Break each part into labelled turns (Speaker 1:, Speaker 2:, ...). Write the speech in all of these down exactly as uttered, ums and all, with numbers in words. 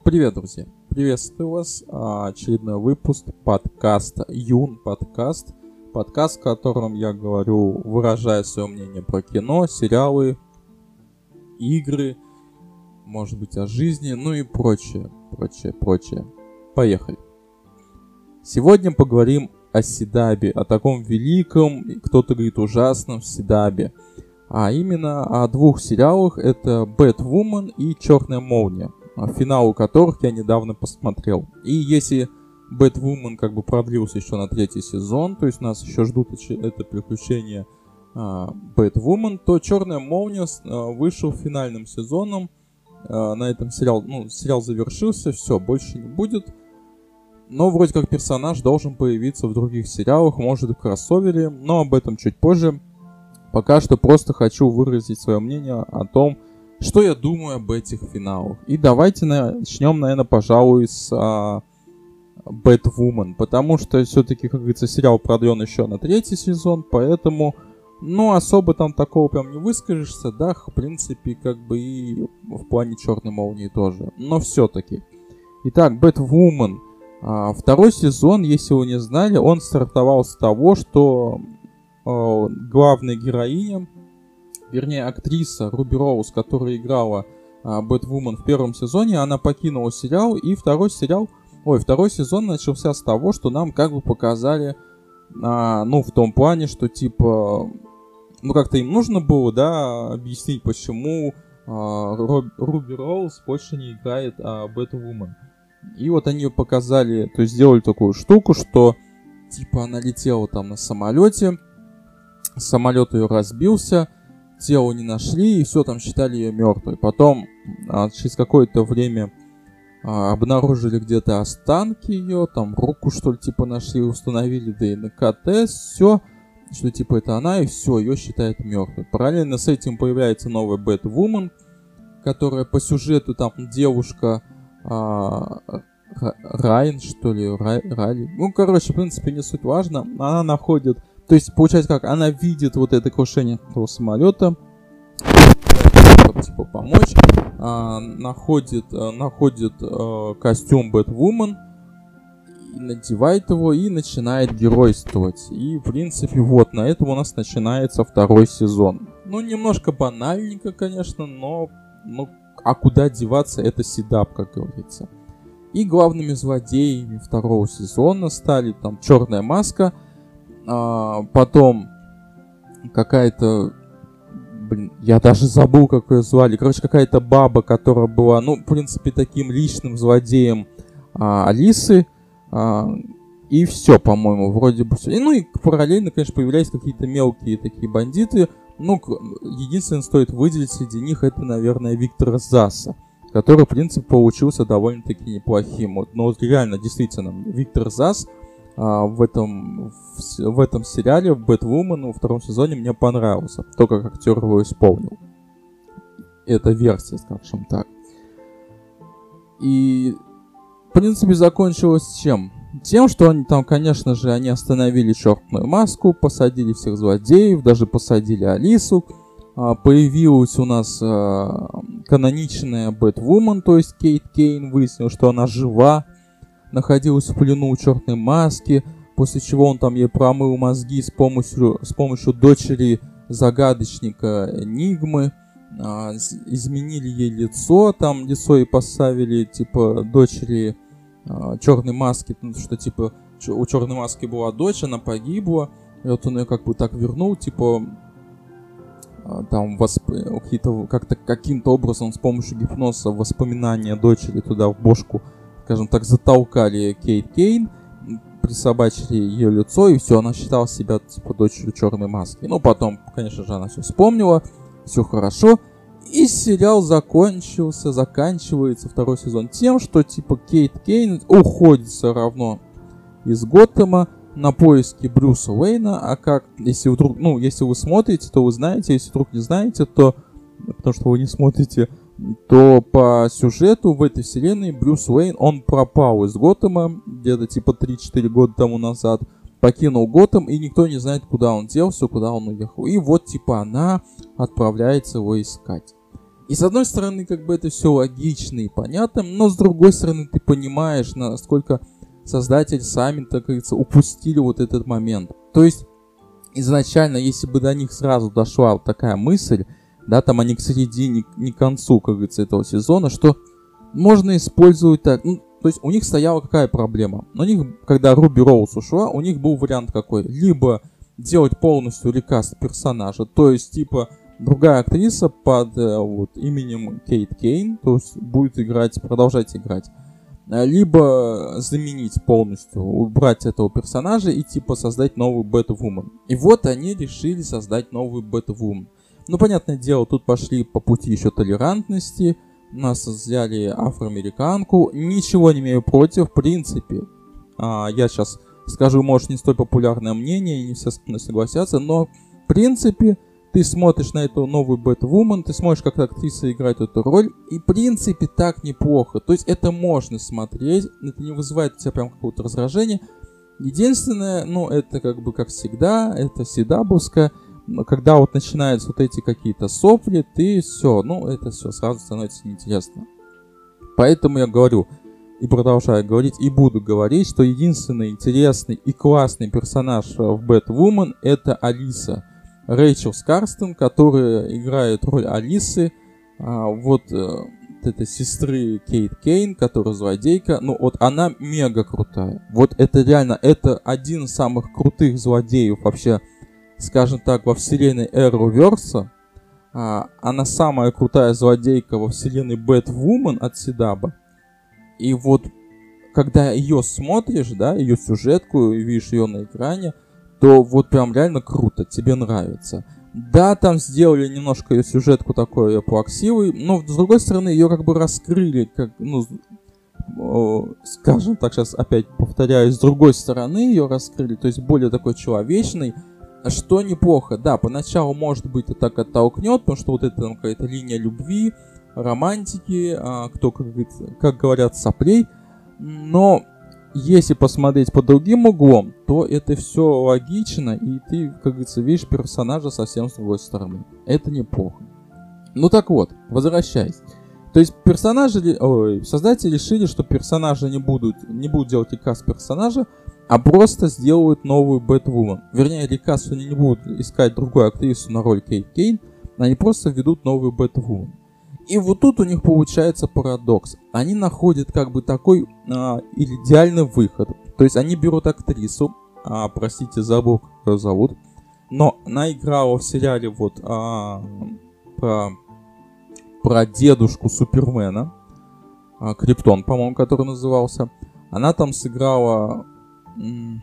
Speaker 1: Привет, друзья! Приветствую вас. Очередной выпуск подкаста Юн Подкаст. Подкаст, в котором я говорю, выражаю свое мнение про кино, сериалы, игры, может быть, о жизни, ну и прочее, прочее, прочее. Поехали! Сегодня поговорим о Седабе, о таком великом, кто-то говорит ужасном Седабе. А именно о двух сериалах, это Бэтвумен и Черная молния, финал которых я недавно посмотрел. И если Бэтвумен как бы продлился еще на третий сезон, то есть нас еще ждут это приключение Бэтвумен, то Черная молния а, вышел финальным сезоном. А, на этом сериал, ну, сериал завершился, все, больше не будет. Но вроде как персонаж должен появиться в других сериалах, может в кроссовере, но об этом чуть позже. Пока что просто хочу выразить свое мнение о том, что я думаю об этих финалах. И давайте начнем, наверное, пожалуй, с а, Бэтвумен. Потому что все-таки, как говорится, сериал продлен еще на третий сезон. Поэтому, ну, особо там такого прям не выскажешься. Да, в принципе, как бы и в плане Черной молнии тоже. Но все-таки. Итак, Бэтвумен. А, второй сезон, если вы не знали, он стартовал с того, что а, главная героиня... Вернее, актриса Руби Роуз, которая играла а, Бэтвумен в первом сезоне, она покинула сериал, и второй сериал, ой, второй сезон начался с того, что нам как бы показали, а, ну, в том плане, что, типа, ну, как-то им нужно было, да, объяснить, почему а, Роб, Руби Роуз больше не играет а, Бэтвумен. И вот они показали, то есть сделали такую штуку, что, типа, она летела там на самолете, самолет ее разбился, тело не нашли, и все, там считали ее мертвой. Потом, а, через какое-то время а, обнаружили где-то останки ее, там руку, что ли, типа нашли, установили ДНК-тест, все, что типа это она, и все, ее считают мертвой. Параллельно с этим появляется новая Бэтвумен, которая по сюжету там девушка а, Райан, что ли, Рай, Райли. Ну, короче, в принципе, не суть важно. Она находит... То есть, получается как, она видит вот это крушение этого самолета, чтобы, типа, помочь, а, находит, а, находит а, костюм Бэтвумен, надевает его и начинает геройствовать. И, в принципе, вот, на этом у нас начинается второй сезон. Ну, немножко банальненько, конечно, но, ну, а куда деваться, это Седаб, как говорится. И главными злодеями второго сезона стали там Черная маска, а, потом какая-то, блин, я даже забыл, как ее звали. Короче, какая-то баба, которая была, ну, в принципе, таким личным злодеем а, Алисы. А, и все, по-моему, вроде бы все. И, ну и параллельно, конечно, появлялись какие-то мелкие такие бандиты. Ну, единственное, стоит выделить среди них, это, наверное, Виктор Заса, который, в принципе, получился довольно-таки неплохим. Вот, но вот реально, действительно, Виктор Зас а, в, этом, в, в этом сериале, в Бэтвумен, во втором сезоне мне понравился. То, как актер его исполнил. Это версия, скажем так. И, в принципе, закончилось чем? Тем, что они там, конечно же, они остановили Черную маску, посадили всех злодеев, даже посадили Алису. Появилась у нас а, каноничная Бэтвумен, то есть Кейт Кейн, выяснил, что она жива, находилась в плену у Черной маски, после чего он там ей промыл мозги с помощью, с помощью дочери загадочника Энигмы, а, изменили ей лицо, там лицо ей поставили, типа, дочери а, Черной маски, что, типа, у Черной маски была дочь, она погибла, и вот он ее как бы так вернул, типа, там восп... какие-то, как-то, каким-то образом с помощью гипноза воспоминания дочери туда в бошку, скажем так, затолкали Кейт Кейн, присобачили ее лицо, и все, она считала себя, типа, дочерью Черной маски. Ну, потом, конечно же, она все вспомнила, все хорошо, и сериал закончился, заканчивается второй сезон тем, что, типа, Кейт Кейн уходит все равно из Готэма на поиски Брюса Уэйна. А как, если вдруг, ну, если вы смотрите, то вы знаете, если вдруг не знаете, то, потому что вы не смотрите, то по сюжету в этой вселенной Брюс Уэйн, он пропал из Готэма где-то типа три-четыре года тому назад, покинул Готэм, и никто не знает, куда он делся, куда он уехал. И вот, типа, она отправляется его искать. И с одной стороны, как бы это все логично и понятно, но с другой стороны, ты понимаешь, насколько создатели сами, так говорится, упустили вот этот момент. То есть, изначально, если бы до них сразу дошла вот такая мысль, да, там они к середине, не к концу, как говорится, этого сезона, что можно использовать так, ну, то есть у них стояла какая проблема? У них, когда Руби Роуз ушла, у них был вариант какой? Либо делать полностью рекаст персонажа, то есть, типа, другая актриса под э, вот, именем Кейт Кейн, то есть будет играть, продолжать играть. Либо заменить полностью, убрать этого персонажа и типа создать новую Бэтвумен. И вот они решили создать новую Бэтвумен. Ну, понятное дело, тут пошли по пути еще толерантности, нас взяли афроамериканку. Ничего не имею против, в принципе. А, я сейчас скажу, может, не столь популярное мнение, и не все согласятся, но в принципе ты смотришь на эту новую Бэтвумен, ты смотришь, как актриса играет эту роль, и в принципе так неплохо. То есть это можно смотреть, это не вызывает у тебя прям какого-то раздражения. Единственное, ну, это как бы как всегда, это седабовская, когда вот начинаются вот эти какие-то сопли, ты все, ну, это все сразу становится неинтересно. Поэтому я говорю, и продолжаю говорить, и буду говорить, что единственный интересный и классный персонаж в Бэтвумен — это Алиса. Рэйчел Скарстон, которая играет роль Алисы, а, вот, вот этой сестры Кейт Кейн, которая злодейка, ну вот она мега крутая. Вот это реально, это один из самых крутых злодеев вообще, скажем так, во вселенной Arrowverse. А, она самая крутая злодейка во вселенной Бэтвумен от Сидаба. И вот, когда ее смотришь, да, ее сюжетку, и видишь ее на экране, то вот прям реально круто, тебе нравится. Да, там сделали немножко ее сюжетку такой плаксивой, но с другой стороны ее как бы раскрыли, как, ну, э, скажем так, сейчас опять повторяюсь, с другой стороны ее раскрыли, то есть более такой человечный, что неплохо. Да, поначалу, может быть, это так оттолкнет, потому что вот это там какая-то линия любви, романтики, а, кто, как, как говорят, соплей, но если посмотреть под другим углом, то это все логично, и ты, как говорится, видишь персонажа совсем с другой стороны. Это неплохо. Ну так вот, возвращаясь. То есть персонажи, ой, создатели решили, что персонажи не будут, не будут делать рекаст персонажа, а просто сделают новую Бэтвумен. Вернее, рекаст они не будут искать другую актрису на роль Кейт Кейн, они просто ведут новую Бэтвумен. И вот тут у них получается парадокс. Они находят как бы такой а, идеальный выход. То есть они берут актрису, а, простите, забыл, как ее зовут, но она играла в сериале вот а, про, про дедушку Супермена, а, Криптон, по-моему, который назывался. Она там сыграла, м-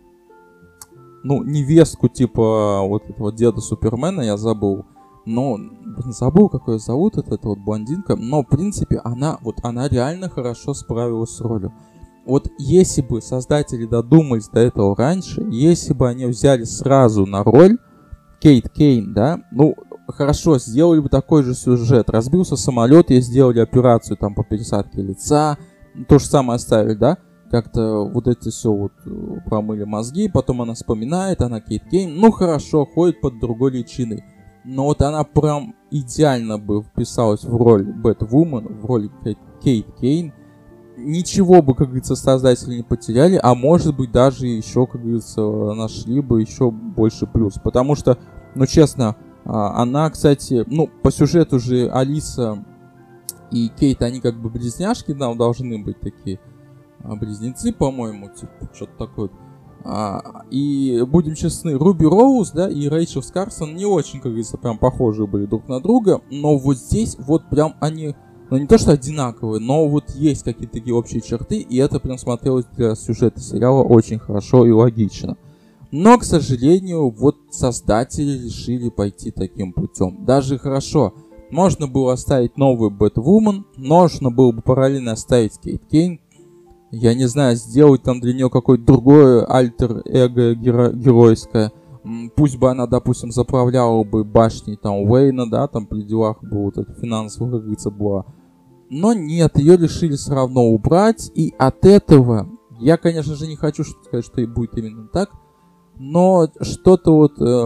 Speaker 1: ну, невестку типа вот этого деда Супермена, я забыл. Но забыл, как ее зовут, это, это вот блондинка. Но, в принципе, она, вот, она реально хорошо справилась с ролью. Вот если бы создатели додумались до этого раньше, если бы они взяли сразу на роль Кейт Кейн, да, ну, хорошо, сделали бы такой же сюжет. Разбился самолет, и сделали операцию там по пересадке лица, то же самое оставили, да. Как-то вот эти все вот промыли мозги, потом она вспоминает, она Кейт Кейн. Ну, хорошо, ходит под другой личиной. Но вот она прям идеально бы вписалась в роль Бэтвумен, в роль Кейт Кейн. Ничего бы, как говорится, создатели не потеряли, а может быть даже еще, как говорится, нашли бы еще больше плюс. Потому что, ну честно, она, кстати, ну по сюжету же Алиса и Кейт, они как бы близняшки, да, должны быть такие близнецы, по-моему, типа, что-то такое. А, и будем честны, Руби Роуз, да, и Рэйчел Скарсон не очень, как говорится, прям похожи были друг на друга, но вот здесь вот прям они, ну не то что одинаковые, но вот есть какие-то такие общие черты, и это прям смотрелось для сюжета сериала очень хорошо и логично. Но, к сожалению, вот создатели решили пойти таким путем. Даже хорошо, можно было оставить новую Бэтвумен, можно было бы параллельно оставить Кейт Кейн, я не знаю, сделать там для нее какое-то другое альтер-эго геро- геройское. Пусть бы она, допустим, заправляла бы башней там Уэйна, да, там при делах бы вот это финансово, как говорится, была. Но нет, ее решили все равно убрать, и от этого, я, конечно же, не хочу сказать, что и будет именно так, но что-то вот э,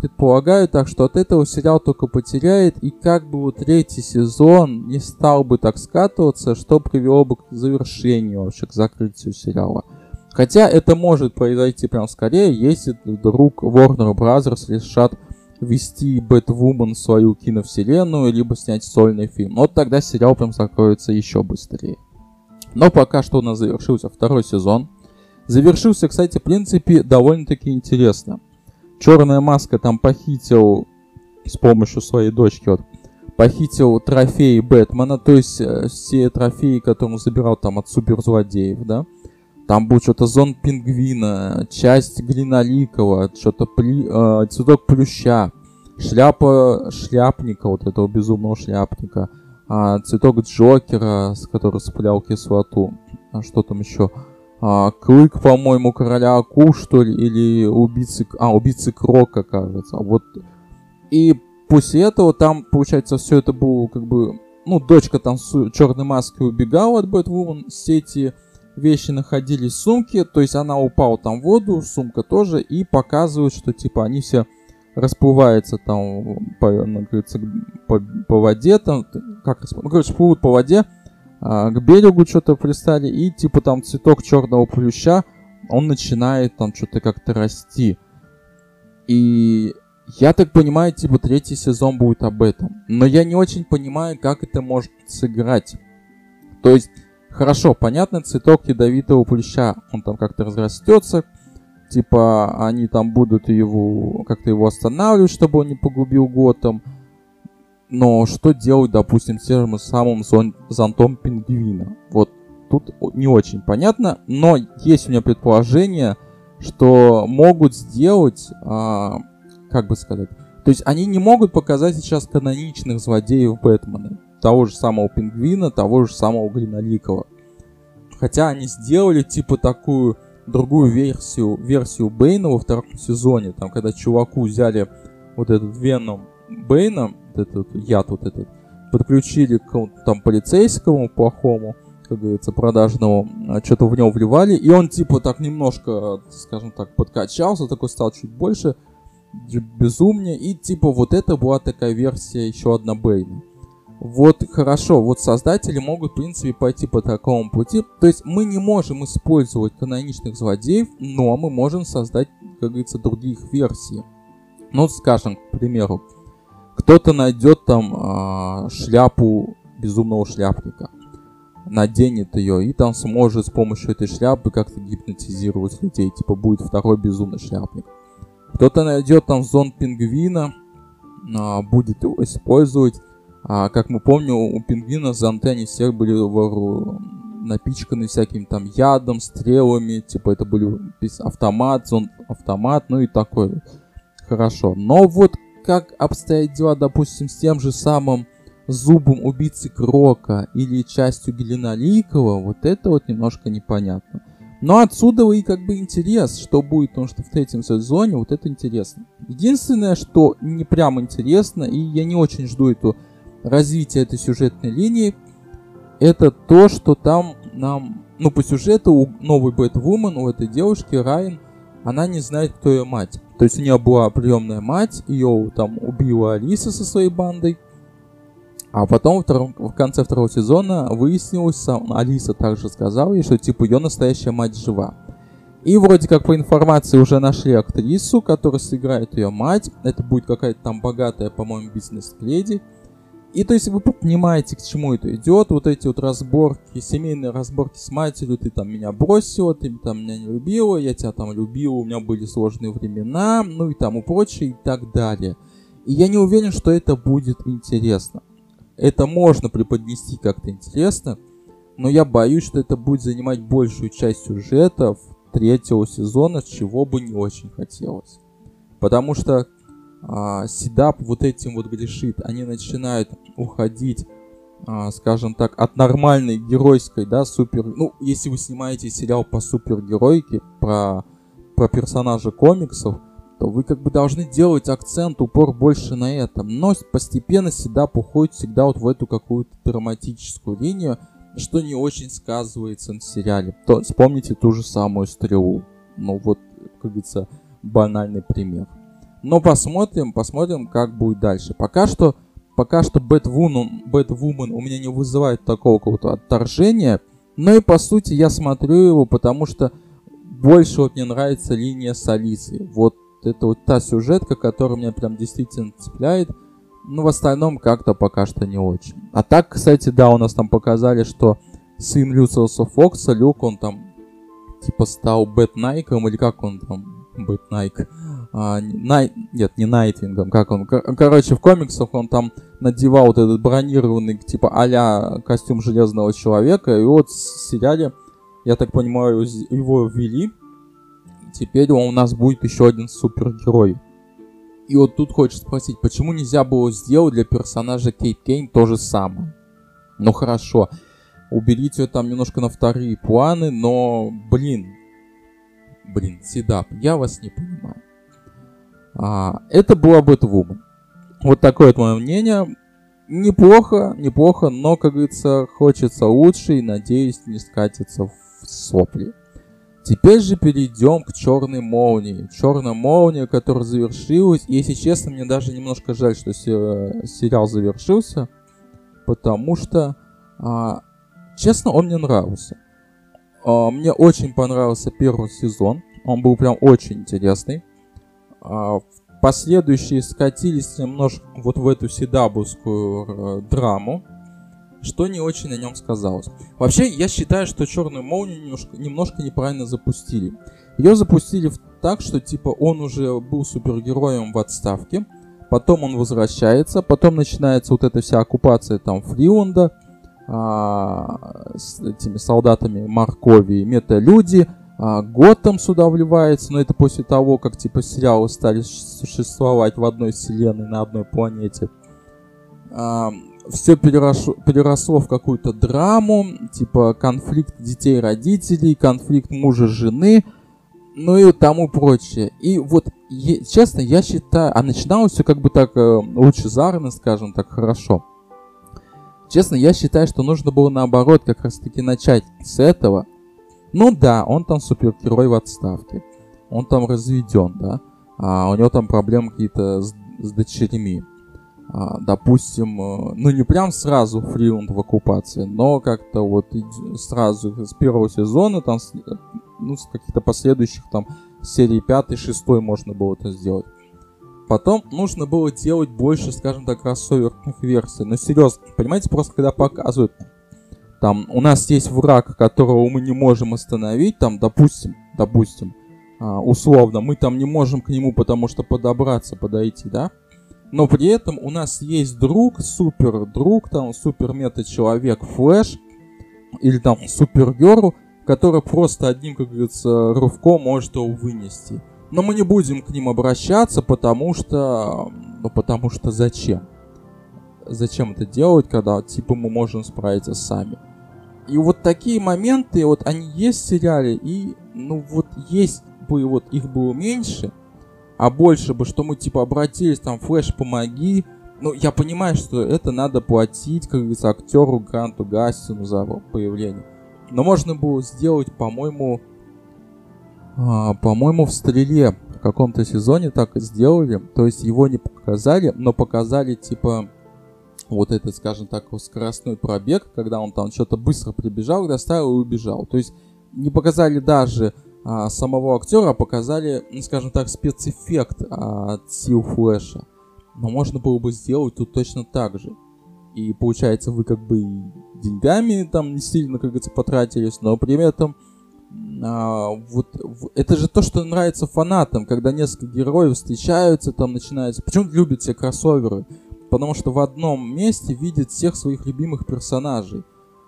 Speaker 1: предполагаю, так что от этого сериал только потеряет, и как бы вот третий сезон не стал бы так скатываться, что привело бы к завершению, вообще к закрытию сериала. Хотя это может произойти прям скорее, если вдруг Warner Bros. Решат ввести Бэтвумен в свою киновселенную, либо снять сольный фильм. Вот тогда сериал прям закроется еще быстрее. Но пока что у нас завершился второй сезон. Завершился, кстати, в принципе, довольно-таки интересно. Черная Маска там похитил с помощью своей дочки, вот, похитил трофеи Бэтмена, то есть э, все трофеи, которые он забирал там от суперзлодеев, да. Там был что-то зонт пингвина, часть Глиноликова, что-то пли, э, цветок плюща, шляпа шляпника, вот этого безумного шляпника, э, цветок Джокера, с которого спылял кислоту, а что там еще, э, клык, по-моему, короля акул, что ли, или убийцы, а, убийцы Крока, кажется, вот. И после этого там, получается, все это было как бы, ну, дочка там с черной маской убегала от Бэтвумен, все эти вещи находились в сумке, то есть она упала там в воду, сумка тоже, и показывают, что типа они все расплываются там по, ну, говорится, по, по воде, там, как ну, короче, плывут по воде, а, к берегу что-то пристали, и типа там цветок черного плюща, он начинает там что-то как-то расти. И я так понимаю, типа третий сезон будет об этом. Но я не очень понимаю, как это может сыграть. То есть хорошо, понятно, цветок ядовитого плюща, он там как-то разрастется, типа они там будут его, как-то его останавливать, чтобы он не погубил Готэм. Но что делать, допустим, с тем же самым зонтом пингвина? Вот тут не очень понятно, но есть у меня предположение, что могут сделать, а, как бы сказать, то есть они не могут показать сейчас каноничных злодеев Бэтмена. Того же самого пингвина, того же самого Глиноликова. Хотя они сделали типа такую другую версию, версию Бэйна во втором сезоне, там когда чуваку взяли вот этот Веном Бэйна, вот этот яд вот этот, подключили к там полицейскому плохому, как говорится, продажному, что-то в него вливали, и он типа так немножко, скажем так, подкачался, такой стал чуть больше, безумнее, и типа вот это была такая версия еще одна Бэйна. Вот хорошо, вот создатели могут, в принципе, пойти по такому пути. То есть мы не можем использовать каноничных злодеев, но мы можем создать, как говорится, других версий. Ну, скажем, к примеру, кто-то найдет там э, шляпу безумного шляпника, наденет ее и там сможет с помощью этой шляпы как-то гипнотизировать людей, типа будет второй безумный шляпник. Кто-то найдет там зонт пингвина, э, будет его использовать. А, как мы помним, у пингвина зонты они все были вору... напичканы всяким там ядом, стрелами, типа это были автомат, зонт автомат, ну и такой. Хорошо. Но вот как обстоят дела, допустим, с тем же самым зубом убийцы Крока или частью Глиноликова, вот это вот немножко непонятно. Но отсюда и как бы интерес, что будет, потому что в третьем сезоне вот это интересно. Единственное, что не прям интересно, и я не очень жду эту развитие этой сюжетной линии, это то, что там нам, ну, по сюжету у новой Бэтвумен, у этой девушки, Райан, она не знает, кто ее мать. То есть у нее была приемная мать, ее там убила Алиса со своей бандой, а потом втором, в конце второго сезона выяснилось, сам, Алиса также сказала ей, что типа ее настоящая мать жива. И вроде как по информации уже нашли актрису, которая сыграет ее мать. Это будет какая-то там богатая, по-моему, бизнес-леди. И то есть вы понимаете, к чему это идет, вот эти вот разборки, семейные разборки с матерью, ты там меня бросила, ты там меня не любила, я тебя там любила, у меня были сложные времена, ну и там и прочее, и так далее. И я не уверен, что это будет интересно. Это можно преподнести как-то интересно, но я боюсь, что это будет занимать большую часть сюжета третьего сезона, чего бы не очень хотелось. Потому что Uh, Седап вот этим вот грешит. Они начинают уходить, uh, скажем так, от нормальной геройской, да, супер... Ну, если вы снимаете сериал по супергеройке, про, про персонажа комиксов, то вы как бы должны делать акцент, упор больше на этом. Но постепенно Седап уходит всегда вот в эту какую-то драматическую линию, что не очень сказывается на сериале. То, вспомните ту же самую Стрелу. Ну вот, как говорится, банальный пример. Но посмотрим, посмотрим, как будет дальше. Пока что, пока что Бэтвумен, Бэтвумен у меня не вызывает такого какого-то отторжения. Но и по сути я смотрю его, потому что больше вот мне нравится линия с Алисой. Вот это вот та сюжетка, которая меня прям действительно цепляет. Но в остальном как-то пока что не очень. А так, кстати, да, у нас там показали, что сын Люциуса Фокса, Люк, он там типа стал Бэтнайком, или как он там, Бэтнайк, а, най... нет, не Найтвингом, как он, короче, в комиксах он там надевал вот этот бронированный, типа а-ля костюм Железного Человека, и вот в сериале, я так понимаю, его ввели, теперь он у нас будет еще один супергерой. И вот тут хочется спросить, почему нельзя было сделать для персонажа Кейт Кейн то же самое? Ну хорошо, уберите ее там немножко на вторые планы, но, блин, блин, седап, я вас не понимаю. А, это была Бэтвумен. Вот такое вот мое мнение. Неплохо, неплохо, но, как говорится, хочется лучше и, надеюсь, не скатиться в сопли. Теперь же перейдем к Черной Молнии. Черная Молния, которая завершилась. И, если честно, мне даже немножко жаль, что сериал завершился. Потому что, а, честно, он мне нравился. А, мне очень понравился первый сезон. Он был прям очень интересный. А, последующие скатились немножко вот в эту седабовскую драму, что не очень на нем сказалось. Вообще, я считаю, что Черную Молнию немножко, немножко неправильно запустили. Ее запустили так, что типа он уже был супергероем в отставке, потом он возвращается, потом начинается вот эта вся оккупация там Фриунда а, с этими солдатами Маркови и Металюди. А, Готэм сюда вливается, но это после того, как типа сериалы стали существовать в одной вселенной на одной планете. А, все переросло, переросло в какую-то драму, типа конфликт детей-родителей, конфликт мужа-жены, ну и тому прочее. И вот, е- честно, я считаю, а начиналось все как бы так э, лучезарно, скажем так, хорошо. Честно, я считаю, что нужно было наоборот как раз-таки начать с этого. Ну да, он там супергерой в отставке, он там разведен, да, а у него там проблемы какие-то с, с дочерьми. А, допустим, ну не прям сразу Фриунд в оккупации, но как-то вот сразу с первого сезона, там, ну, с каких-то последующих там серии пятой, шестой можно было это сделать. Потом нужно было делать больше, скажем так, кроссоверных версий. Но серьезно, понимаете, просто когда показывают, там, у нас есть враг, которого мы не можем остановить, там, допустим, допустим, а, условно, мы там не можем к нему, потому что подобраться, подойти, да? Но при этом у нас есть друг, супер друг, там, супер мета-человек Флэш, или там супергерл, который просто одним, как говорится, рывком может его вынести. Но мы не будем к ним обращаться, потому что... Ну, потому что зачем? Зачем это делать, когда, типа, мы можем справиться сами? И вот такие моменты, вот они есть в сериале, и, ну, вот есть бы, вот их было меньше, а больше бы, что мы, типа, обратились, там, Флэш, помоги. Ну, я понимаю, что это надо платить, как говорится, актеру Гранту Гастину за появление. Но можно было сделать, по-моему, а, по-моему, в «Стреле» в каком-то сезоне так и сделали. То есть его не показали, но показали, типа, вот этот, скажем так, скоростной пробег, когда он там что-то быстро прибежал, доставил и убежал. То есть не показали даже а, самого актера, а показали, ну, скажем так, спецэффект а, от сил Флэша. Но можно было бы сделать тут точно так же. И получается, вы как бы и деньгами там не сильно, как говорится, потратились, но при этом а, вот в, это же то, что нравится фанатам, когда несколько героев встречаются, там начинается. Почему любят все кроссоверы? Потому что в одном месте видят всех своих любимых персонажей.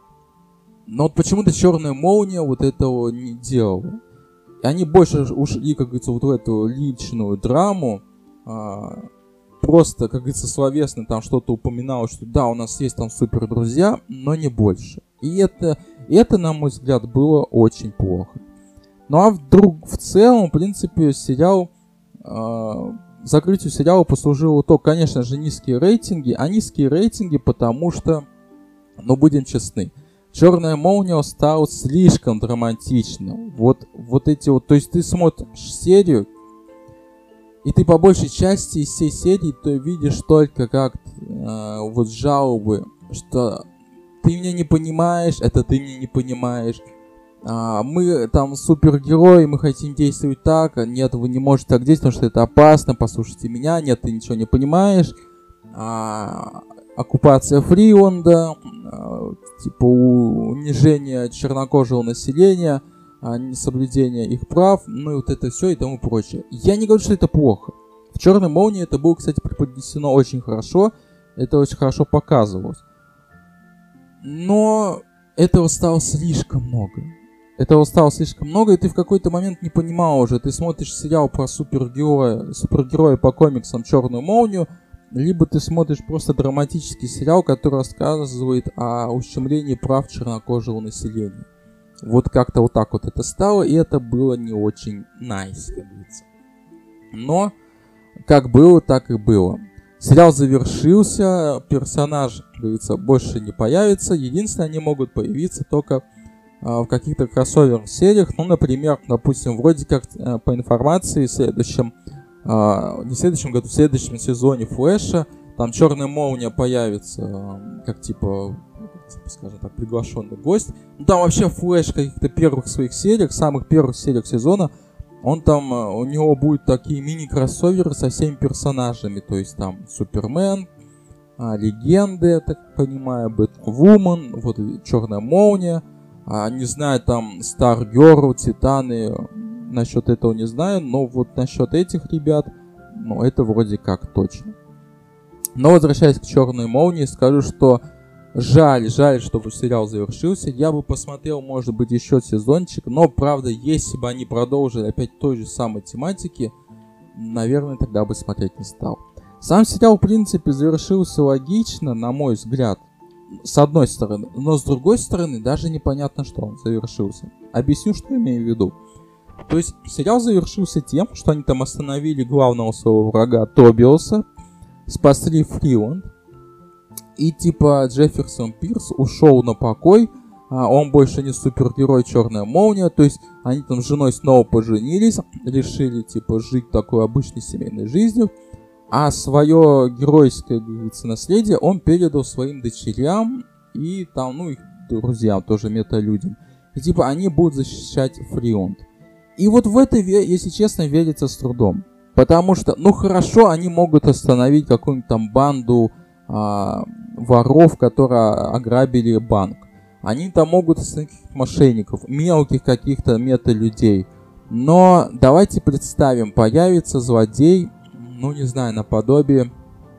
Speaker 1: Но вот почему-то Черная Молния вот этого не делала. И они больше ушли, как говорится, вот в эту личную драму. А, просто, как говорится, словесно там что-то упоминалось, что да, у нас есть там супер друзья, но не больше. И это, это, на мой взгляд, было очень плохо. Ну а вдруг, в целом, в принципе, сериал... А, закрытию сериала послужило то, конечно же, низкие рейтинги. А низкие рейтинги, потому что, ну, будем честны, Черная Молния стала слишком драматичным. Вот, вот эти вот, то есть ты смотришь серию, И ты по большей части из всей серии ты видишь только как э, вот жалобы, что ты меня не понимаешь, это ты меня не понимаешь. А, мы там супергерои, мы хотим действовать так, нет, вы не можете так действовать, потому что это опасно, послушайте меня, нет, ты ничего не понимаешь. А, оккупация Фриланда, а, типа унижение чернокожего населения, а, несоблюдение их прав, ну и вот это все и тому прочее. Я не говорю, что это плохо. В «Черной молнии» это было, кстати, преподнесено очень хорошо, это очень хорошо показывалось. Но этого стало слишком много. Этого стало слишком много, и ты в какой-то момент не понимал уже. Ты смотришь сериал про супергероя, супергероя по комиксам «Черную молнию», либо ты смотришь просто драматический сериал, который рассказывает о ущемлении прав чернокожего населения. Вот как-то вот так вот это стало, и это было не очень nice, как говорится. Но как было, так и было. Сериал завершился, персонаж, как говорится, больше не появится. Единственное, они могут появиться только а, в каких-то кроссоверных сериях. Ну, например, допустим, вроде как а, по информации в следующем, а, не в следующем году, в следующем сезоне Флэша, там Черная молния появится, а, как типа, типа, скажем так, приглашенный гость. Ну, там вообще Флэш в каких-то первых своих сериях, самых первых сериях сезона, он там, у него будут такие мини-кроссоверы со всеми персонажами. То есть там Супермен, а, Легенды, я так понимаю, Бэтвумен, вот Черная молния, а, не знаю, там Старгерл, Титаны, насчет этого не знаю, но вот насчет этих ребят, ну это вроде как точно. Но возвращаясь к Черной молнии, скажу, что Жаль, жаль, что сериал завершился. Я бы посмотрел, может быть, еще сезончик. Но, правда, если бы они продолжили опять той же самой тематики, наверное, тогда бы смотреть не стал. Сам сериал, в принципе, завершился логично, на мой взгляд. С одной стороны. Но с другой стороны, даже непонятно, что он завершился. Объясню, что имею в виду. То есть, сериал завершился тем, что они там остановили главного своего врага Тобиаса, спасли Фриланд. И типа Джефферсон Пирс ушел на покой, а он больше не супергерой Черная молния, то есть они там с женой снова поженились, решили типа жить такой обычной семейной жизнью, а свое геройское, говорится, наследие он передал своим дочерям и там, ну, их друзьям, тоже металюдям. И типа они будут защищать Фриланд. И вот в это, если честно, верится с трудом. Потому что, ну хорошо, они могут остановить какую-нибудь там банду а, воров, которые ограбили банк. Они там могут остановить мошенников, мелких каких-то мета-людей. Но давайте представим, появится злодей, ну не знаю, наподобие...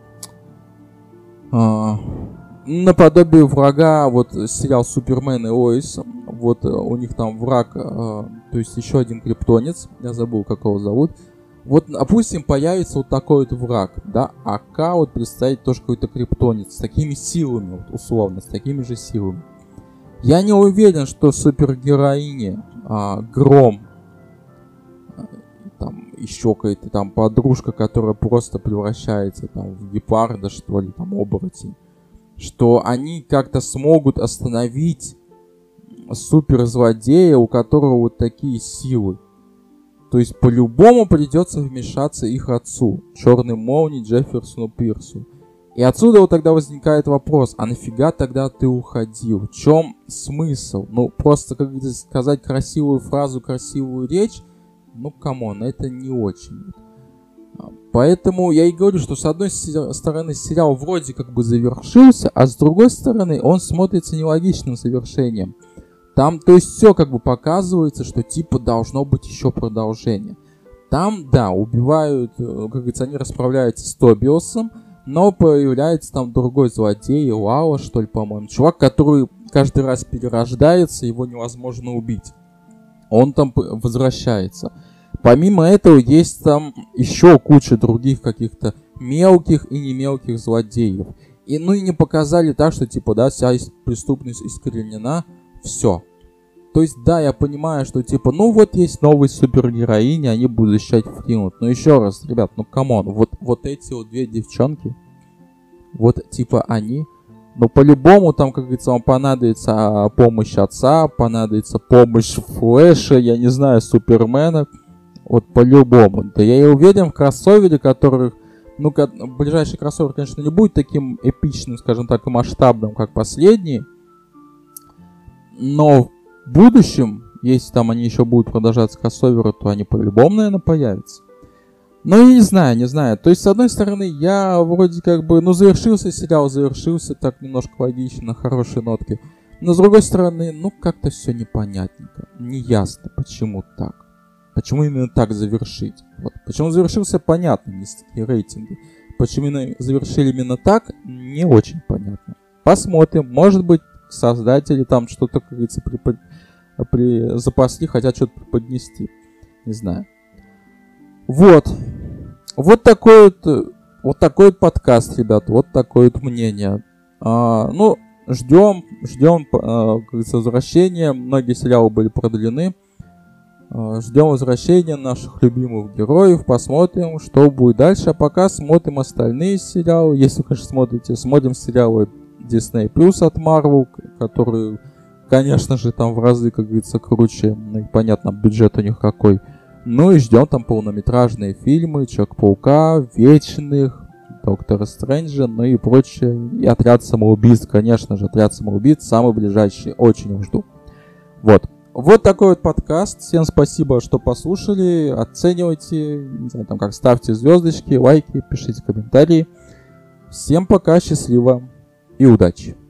Speaker 1: А, наподобие врага, вот сериал Супермен и Лоис. Вот у них там враг, а, то есть еще один криптонец, я забыл, как его зовут. Вот, допустим, появится вот такой вот враг, да, АК вот представить тоже какой-то криптонец с такими силами, вот, условно, с такими же силами. Я не уверен, что супергероине а, Гром, там еще какая-то там подружка, которая просто превращается там в гепарда, что ли, там оборотень, что они как-то смогут остановить суперзлодея, у которого вот такие силы. То есть по-любому придется вмешаться их отцу, Черной молнии Джефферсону Пирсу. И отсюда вот тогда возникает вопрос, а нафига тогда ты уходил? В чем смысл? Ну, просто, как сказать красивую фразу, красивую речь, ну, камон, это не очень. Поэтому я и говорю, что с одной стороны сериал вроде как бы завершился, а с другой стороны он смотрится нелогичным завершением. Там, то есть, все как бы показывается, что типа должно быть еще продолжение. Там, да, убивают, как говорится, они расправляются с Тобиасом, но появляется там другой злодей, Лала, что ли, по-моему. Чувак, который каждый раз перерождается, его невозможно убить. Он там возвращается. Помимо этого, есть там еще куча других каких-то мелких и не мелких злодеев. И, ну и не показали так, что типа, да, вся преступность искоренена, все. То есть, да, я понимаю, что типа, ну вот есть новые супергероини, они будут защищать Фриланд. Но еще раз, ребят, ну камон, вот, вот эти вот две девчонки, вот типа они, ну по-любому там, как говорится, вам понадобится помощь отца, понадобится помощь Флэша, я не знаю, Супермена. Вот по-любому. Да я и уверен, в кроссовере, который... Ну, ближайший кроссовер, конечно, не будет таким эпичным, скажем так, и масштабным, как последний. Но в будущем, если там они еще будут продолжаться кроссоверы, то они по-любому, наверное, появятся. Но я не знаю, не знаю. То есть, с одной стороны, я вроде как бы... Ну, завершился сериал, завершился так немножко логично, на хорошей нотке. Но, с другой стороны, ну, как-то все непонятненько. Неясно, почему так. Почему именно так завершить. Вот. Почему завершился, понятно, есть такие рейтинги. Почему именно завершили именно так, не очень понятно. Посмотрим. Может быть, создатели там что-то, как говорится, припод... при... запасли, хотят что-то преподнести. Не знаю. Вот. Вот такой вот, вот такой вот подкаст, ребята. Вот такое вот мнение. А, ну, ждем, ждем, а, как говорится, возвращения. Многие сериалы были продлены. А, ждем возвращения наших любимых героев. Посмотрим, что будет дальше. А пока смотрим остальные сериалы. Если вы, конечно, смотрите, смотрим сериалы Disney Plus от Marvel, которые, конечно же, там в разы, как говорится, круче. Ну и понятно, бюджет у них какой. Ну и ждем там полнометражные фильмы Человека-паука, Вечных, Доктора Стрэнджа, ну и прочее. И Отряд самоубийц, конечно же, Отряд самоубийц, самый ближайший, очень их жду. Вот. Вот такой вот подкаст. Всем спасибо, что послушали. Оценивайте, не знаю, там как, ставьте звездочки, лайки, пишите комментарии. Всем пока, счастливо и удачи.